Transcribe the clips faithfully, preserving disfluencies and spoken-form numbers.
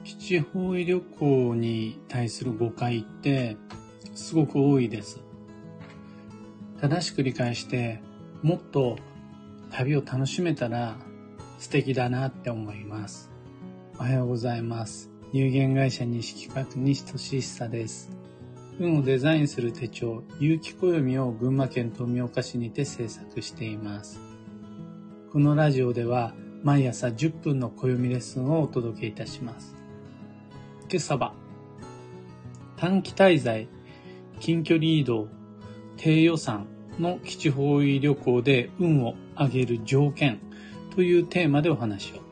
基地方位旅行に対する誤解ってすごく多いです。正しく理解してもっと旅を楽しめたら素敵だなって思います。おはようございます。有限会社西企画西俊久です。運をデザインする手帳有機暦を群馬県富岡市にて制作しています。このラジオでは毎朝じゅっぷんの暦レッスンをお届けいたします。今朝は短期滞在、近距離移動、低予算の基地方位旅行で運を上げる条件というテーマでお話を。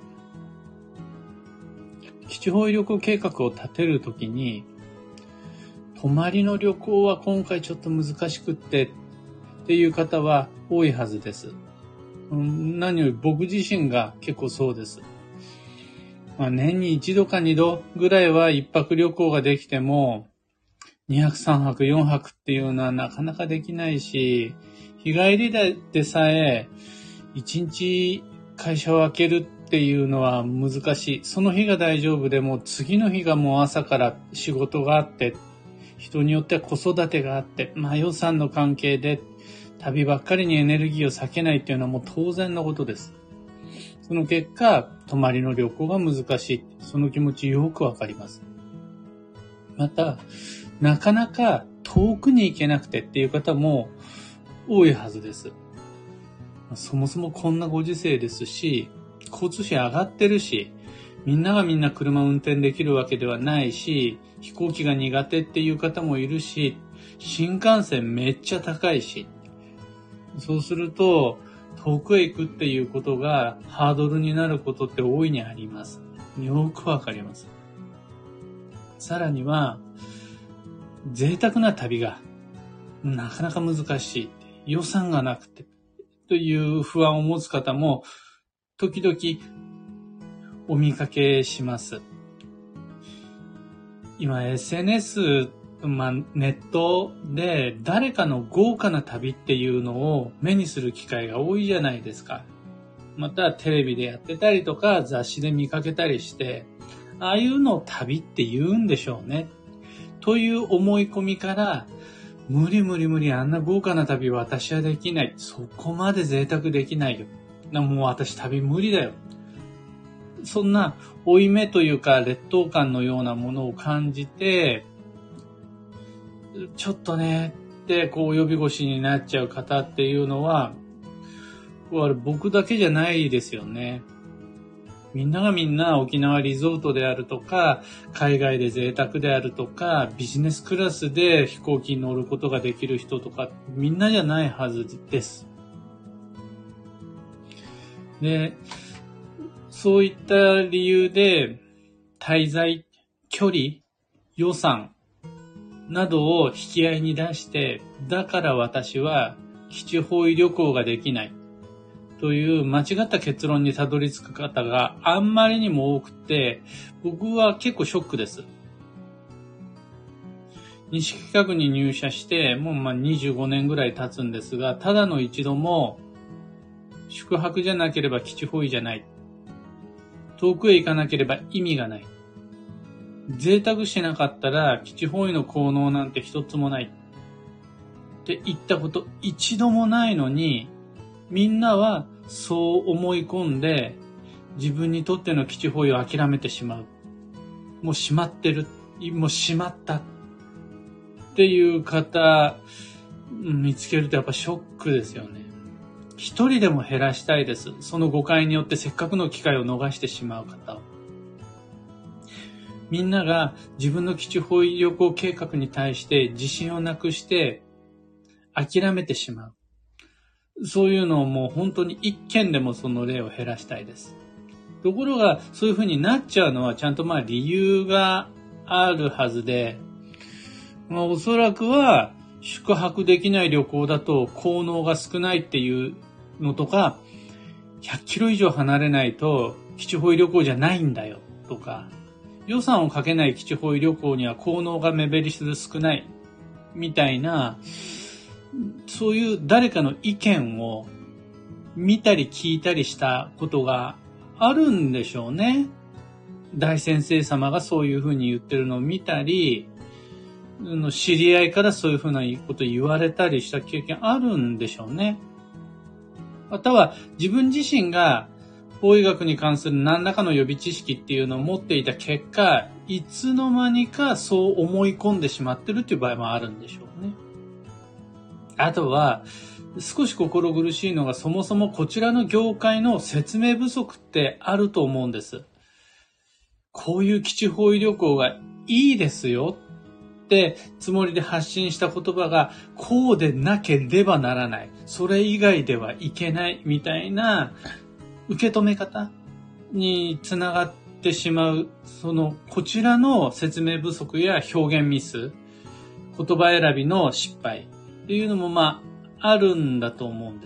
基地方位旅行計画を立てるときに、泊まりの旅行は今回ちょっと難しくってっていう方は多いはずです。何より僕自身が結構そうです。まあ、年に一度か二度ぐらいは一泊旅行ができても、にはくさんはくよんはくっていうのはなかなかできないし、日帰りでさえ一日会社を開けるっていうのは難しい。その日が大丈夫でも次の日がもう朝から仕事があって、人によっては子育てがあって、まあ予算の関係で旅ばっかりにエネルギーを割けないっていうのはもう当然のことです。その結果、泊まりの旅行が難しい。その気持ちよくわかります。また、なかなか遠くに行けなくてっていう方も多いはずです。そもそもこんなご時世ですし、交通費上がってるし、みんながみんな車運転できるわけではないし、飛行機が苦手っていう方もいるし、新幹線めっちゃ高いし、そうすると遠くへ行くっていうことがハードルになることって大いにあります。よくわかります。さらには、贅沢な旅がなかなか難しい。予算がなくてという不安を持つ方も時々お見かけします。今 エスエヌエス、まあ、ネットで誰かの豪華な旅っていうのを目にする機会が多いじゃないですか。またテレビでやってたりとか雑誌で見かけたりして、ああいうのを旅って言うんでしょうね。という思い込みから、無理無理無理あんな豪華な旅は私はできない。そこまで贅沢できないよ。もう私旅無理だよ。そんな負い目というか劣等感のようなものを感じて、ちょっとねってこう呼び腰になっちゃう方っていうのは、僕だけじゃないですよね。みんながみんな沖縄リゾートであるとか、海外で贅沢であるとか、ビジネスクラスで飛行機に乗ることができる人とか、みんなじゃないはずです。で、そういった理由で、滞在、距離、予算などを引き合いに出して、だから私は基地方位旅行ができない。という間違った結論にたどり着く方があんまりにも多くて、僕は結構ショックです。西企画に入社してもうまあにじゅうごねんぐらい経つんですが、ただの一度も宿泊じゃなければ基地方位じゃない。遠くへ行かなければ意味がない。贅沢しなかったら基地方位の効能なんて一つもない。って言ったこと一度もないのに、みんなはそう思い込んで自分にとっての基地方位を諦めてしまう。もうしまってる。もうしまったっていう方見つけるとやっぱショックですよね。一人でも減らしたいです。その誤解によってせっかくの機会を逃してしまう方を。みんなが自分の基地方位旅行計画に対して自信をなくして諦めてしまう。そういうのをもう本当に一件でもその例を減らしたいです。ところがそういう風になっちゃうのはちゃんとまあ理由があるはずで、まあ、おそらくは宿泊できない旅行だと効能が少ないっていうのとか、ひゃっキロ以上離れないと基地方位旅行じゃないんだよとか、予算をかけない基地方位旅行には効能が目減りする少ないみたいな、そういう誰かの意見を見たり聞いたりしたことがあるんでしょうね。 大先生様がそういうふうに言ってるのを見たり、知り合いからそういうふうなこと言われたりした経験あるんでしょうね。または自分自身が法医学に関する何らかの予備知識っていうのを持っていた結果、いつの間にかそう思い込んでしまってるっていう場合もあるんでしょうね。あとは、少し心苦しいのがそもそもこちらの業界の説明不足ってあると思うんです。こういう基地方位旅行がいいですよってつもりで発信した言葉がこうでなければならない。それ以外ではいけないみたいな受け止め方につながってしまう、そのこちらの説明不足や表現ミス、言葉選びの失敗っていうのもまああるんだと思うんです。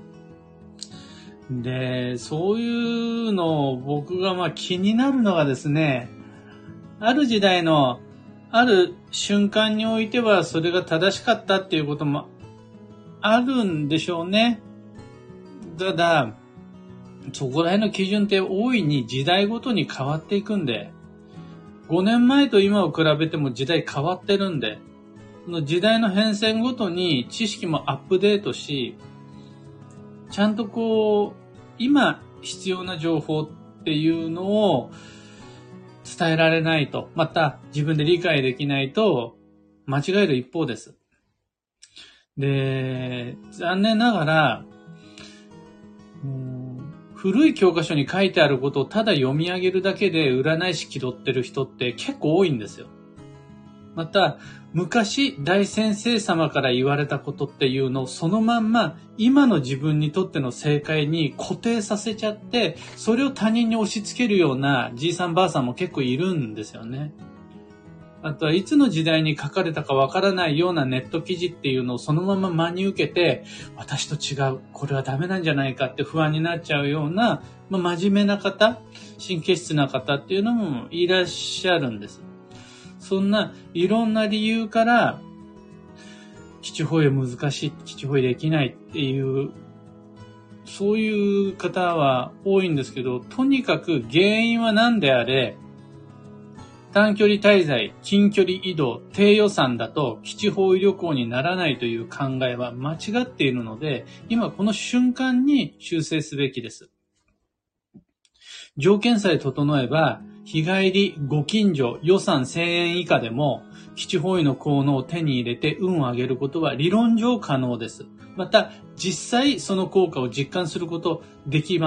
で、そういうのを僕がまあ気になるのがですね、ある時代のある瞬間においてはそれが正しかったっていうこともあるんでしょうね。ただ、そこら辺の基準って大いに時代ごとに変わっていくんで、ごねんまえと今を比べても時代変わってるんで、その時代の変遷ごとに知識もアップデートし、ちゃんとこう、今必要な情報っていうのを伝えられないと、また自分で理解できないと間違える一方です。で、残念ながら、古い教科書に書いてあることをただ読み上げるだけで占い師気取ってる人って結構多いんですよ。また、昔大先生様から言われたことっていうのをそのまんま今の自分にとっての正解に固定させちゃって、それを他人に押し付けるようなじいさんばあさんも結構いるんですよね。あとはいつの時代に書かれたかわからないようなネット記事っていうのをそのまま真に受けて、私と違う、これはダメなんじゃないかって不安になっちゃうような、まあ、真面目な方、神経質な方っていうのもいらっしゃるんです。そんないろんな理由から、基地保有難しい、基地保有できないっていう、そういう方は多いんですけど、とにかく原因は何であれ、短距離滞在、近距離移動、低予算だと基地方位旅行にならないという考えは間違っているので、今この瞬間に修正すべきです。条件さえ整えば、日帰り、ご近所、予算せんえん以下でも、基地方位の効能を手に入れて運を上げることは理論上可能です。また、実際その効果を実感することできます。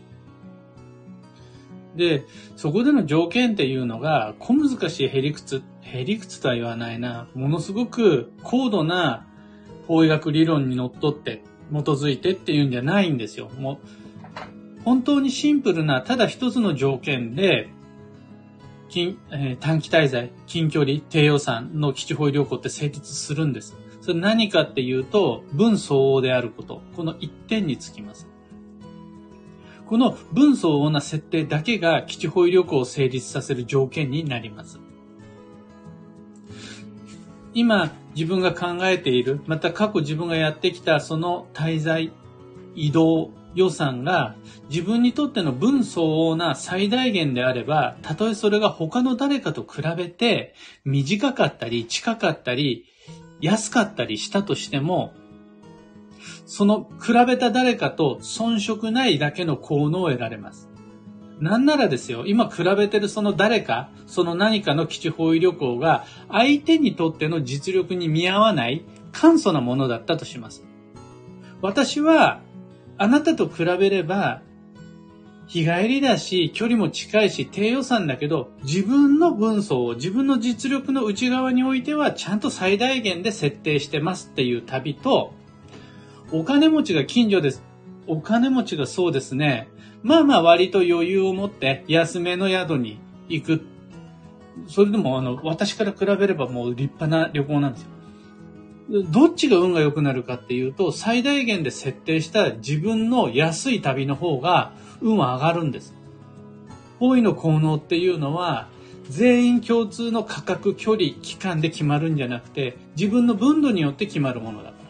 で、そこでの条件っていうのが、小難しいへりくつ、へりくつとは言わないな、ものすごく高度な法医学理論にのっとって、基づいてっていうんじゃないんですよ。もう本当にシンプルな、ただ一つの条件で、近えー、短期滞在、近距離、低予算の基地方位旅行って成立するんです。それ何かっていうと、分相応であること。この一点につきます。この分相応な設定だけが基地方位旅行を成立させる条件になります。今自分が考えている、また過去自分がやってきたその滞在、移動、予算が自分にとっての分相応な最大限であれば、たとえそれが他の誰かと比べて短かったり近かったり安かったりしたとしても、その比べた誰かと遜色ないだけの効能を得られます。なんならですよ、今比べてるその誰か、その何かの基地方位旅行が相手にとっての実力に見合わない簡素なものだったとします。私はあなたと比べれば日帰りだし距離も近いし低予算だけど、自分の分相を自分の実力の内側においてはちゃんと最大限で設定してますっていう旅と、お金持ちが近所です。お金持ちがそうですね。まあまあ割と余裕を持って安めの宿に行く。それでもあの私から比べればもう立派な旅行なんですよ。どっちが運が良くなるかっていうと、最大限で設定した自分の安い旅の方が運は上がるんです。方位の効能っていうのは全員共通の価格、距離、期間で決まるんじゃなくて、自分の分度によって決まるものだから。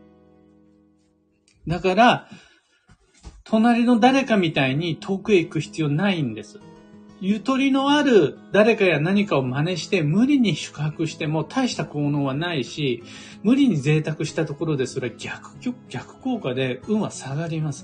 だから隣の誰かみたいに遠くへ行く必要ないんです。 ゆとりのある誰かや何かを真似して無理に宿泊しても大した効能はないし、無理に贅沢したところでそれは逆、逆効果で運は下がります。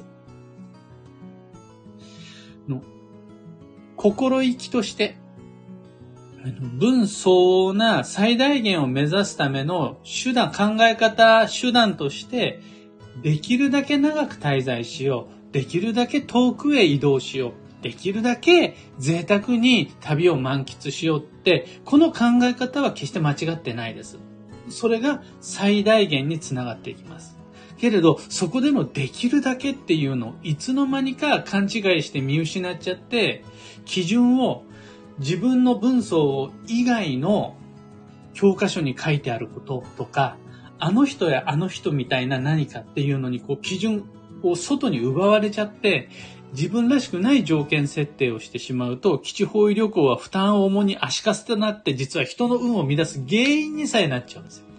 の心意気として、分相応な最大限を目指すための手段、考え方、手段として、できるだけ長く滞在しよう。できるだけ遠くへ移動しよう。できるだけ贅沢に旅を満喫しようって、この考え方は決して間違ってないです。それが最大限につながっていきます。けれど、そこでのできるだけっていうのをいつの間にか勘違いして見失っちゃって、基準を自分の分相以外の教科書に書いてあることとか、あの人やあの人みたいな何かっていうのにこう基準を外に奪われちゃって、自分らしくない条件設定をしてしまうと、基地方位旅行は負担を重に足かせとなって実は人の運を乱す原因にさえなっちゃうんですよ。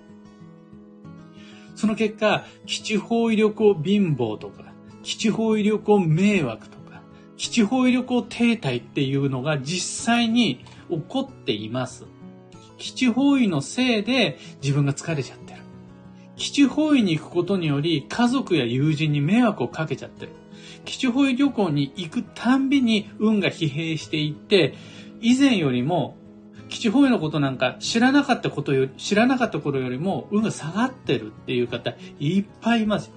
その結果、基地方位旅行貧乏とか、基地方位旅行迷惑とか、基地方位旅行停滞っていうのが実際に起こっています。基地方位のせいで自分が疲れちゃってる。基地方位に行くことにより家族や友人に迷惑をかけちゃってる。基地方位旅行に行くたんびに運が疲弊していって、以前よりも基地方位のことなんか知らなかったことより、知らなかった頃よりも運が下がってるっていう方いっぱいいますよ。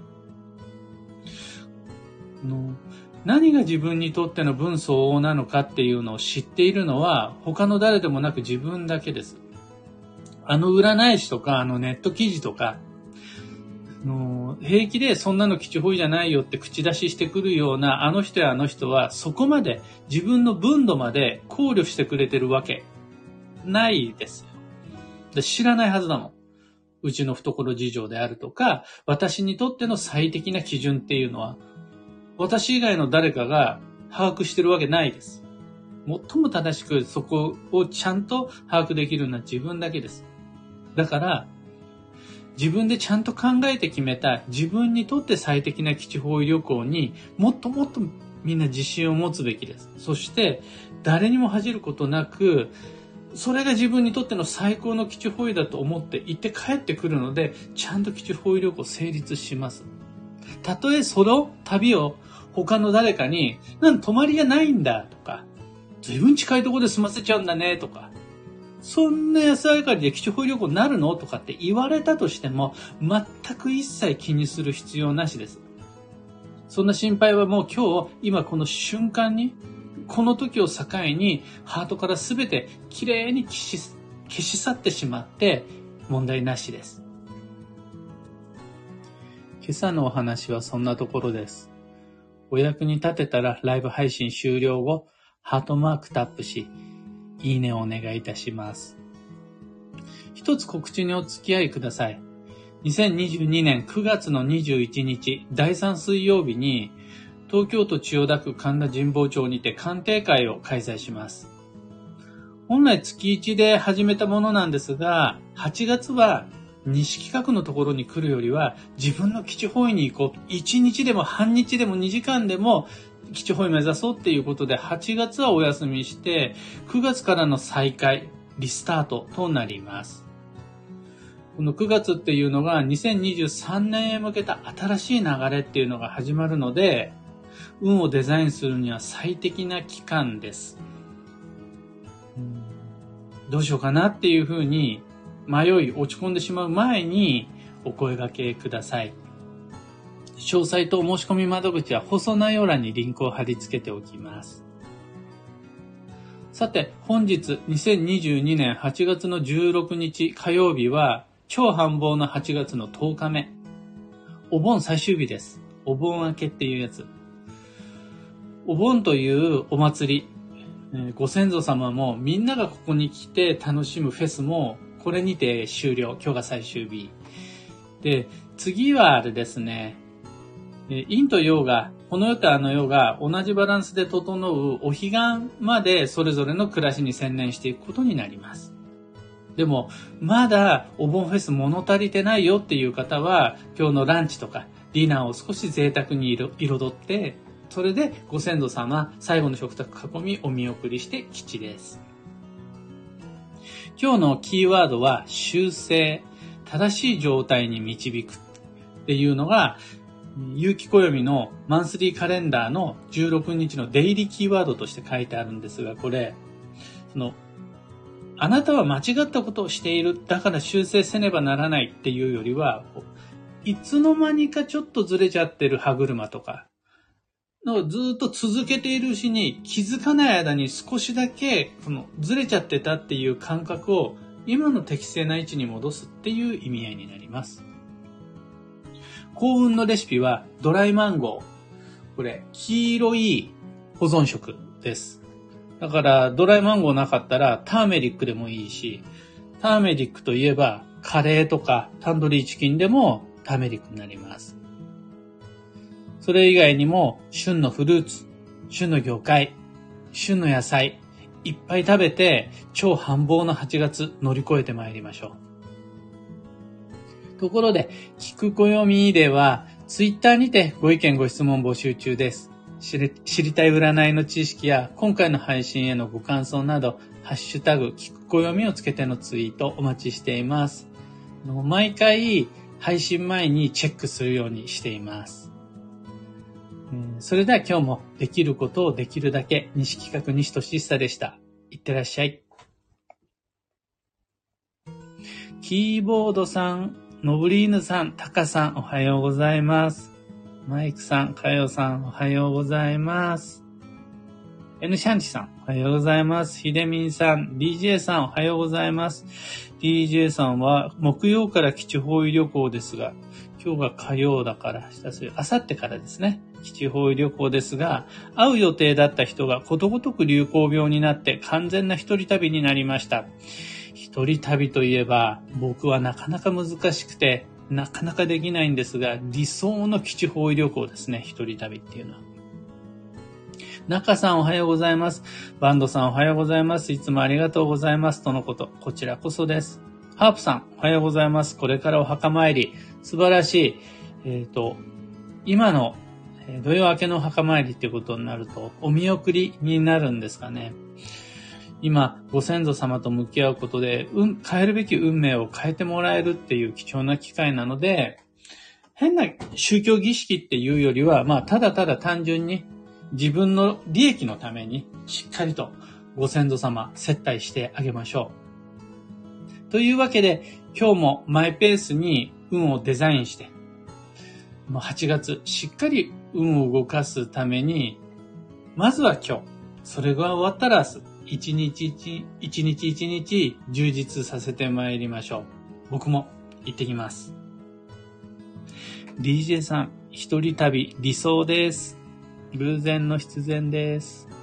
の何が自分にとっての分相応なのかっていうのを知っているのは他の誰でもなく自分だけです。あの占い師とかあのネット記事とかの平気でそんなの基地方位じゃないよって口出ししてくるようなあの人やあの人はそこまで自分の分度まで考慮してくれてるわけないですよ。で知らないはずだもん。うちの懐事情であるとか私にとっての最適な基準っていうのは私以外の誰かが把握してるわけないです。最も正しくそこをちゃんと把握できるのは自分だけです。だから自分でちゃんと考えて決めた自分にとって最適な基地方位旅行にもっともっとみんな自信を持つべきです。そして誰にも恥じることなくそれが自分にとっての最高の基地方位だと思って行って帰ってくるのでちゃんと基地方位旅行成立します。たとえその旅を他の誰かになん泊まりがないんだとか随分近いところで済ませちゃうんだねとかそんな安上がりで基地方位旅行になるのとかって言われたとしても全く一切気にする必要なしです。そんな心配はもう今日今この瞬間にこの時を境にハートから全てきれいに消し、消し去ってしまって問題なしです。今朝のお話はそんなところです。お役に立てたらライブ配信終了後ハートマークタップしいいねをお願いいたします。一つ告知にお付き合いください。にせんにじゅうにねんくがつのにじゅういちにちだいさん水曜日に東京都千代田区神田神保町にて鑑定会を開催します。本来月いちで始めたものなんですが、はちがつは西企画のところに来るよりは自分の基地方位に行こう。いちにちでも半日でもにじかんでも基地方位目指そうっていうことではちがつはお休みしてくがつからの再開、リスタートとなります。このくがつっていうのがにせんにじゅうさんねんへ向けた新しい流れっていうのが始まるので運をデザインするには最適な期間です。どうしようかなっていうふうに迷い落ち込んでしまう前にお声掛けください。詳細とお申し込み窓口は放送内容欄にリンクを貼り付けておきます。さて本日にせんにじゅうにねんはちがつのじゅうろくにち火曜日は超繁忙なはちがつのとおかめ。お盆最終日です。お盆明けっていうやつ。お盆というお祭り、えー、ご先祖様もみんながここに来て楽しむフェスもこれにて終了。今日が最終日。で、次はあれですね。陰と陽が、この世とあの世が同じバランスで整うお彼岸までそれぞれの暮らしに専念していくことになります。でも、まだお盆フェス物足りてないよっていう方は、今日のランチとかディナーを少し贅沢に彩ってそれでご先祖様、最後の食卓囲みお見送りして吉です。今日のキーワードは修正、正しい状態に導くっていうのが、有機暦のマンスリーカレンダーのじゅうろくにちのデイリーキーワードとして書いてあるんですが、これ、その、あなたは間違ったことをしている、だから修正せねばならないっていうよりは、いつの間にかちょっとずれちゃってる歯車とか、のずっと続けているうちに気づかない間に少しだけそのずれちゃってたっていう感覚を今の適正な位置に戻すっていう意味合いになります。幸運のレシピはドライマンゴー。これ黄色い保存食です。だからドライマンゴーなかったらターメリックでもいいし、ターメリックといえばカレーとかタンドリーチキンでもターメリックになります。それ以外にも旬のフルーツ、旬の魚介、旬の野菜、いっぱい食べて超繁忙なはちがつ乗り越えてまいりましょう。ところで、聞く暦ではツイッターにてご意見ご質問募集中です。知り、知りたい占いの知識や今回の配信へのご感想など、ハッシュタグ聞く暦をつけてのツイートお待ちしています。毎回配信前にチェックするようにしています。それでは今日もできることをできるだけ、西企画西俊久でした。いってらっしゃい。キーボードさん、ノブリーヌさん、タカさん、おはようございます。マイクさん、カヨさん、おはようございます。N シャンチさん、おはようございます。ヒデミンさん、ディージェー さん、おはようございます。ディージェー さんは木曜から基地方位旅行ですが、今日が火曜だから、あさってからですね。基地方位旅行ですが、会う予定だった人がことごとく流行病になって完全な一人旅になりました。一人旅といえば、僕はなかなか難しくて、なかなかできないんですが、理想の基地方位旅行ですね、一人旅っていうのは。中さんおはようございます。バンドさんおはようございます。いつもありがとうございます。とのこと。こちらこそです。ハープさんおはようございます。これからお墓参り。素晴らしい。えっと、今の土曜明けのお墓参りっていうことになると、お見送りになるんですかね。今、ご先祖様と向き合うことで、うん、変えるべき運命を変えてもらえるっていう貴重な機会なので、変な宗教儀式っていうよりは、まあ、ただただ単純に自分の利益のためにしっかりとご先祖様接待してあげましょう。というわけで、今日もマイペースに運をデザインして、もうはちがつしっかり運を動かすために、まずは今日、それが終わったら明日、一日一、一日一日充実させてまいりましょう。僕も行ってきます。ディージェー さん、一人旅理想です。偶然の必然です。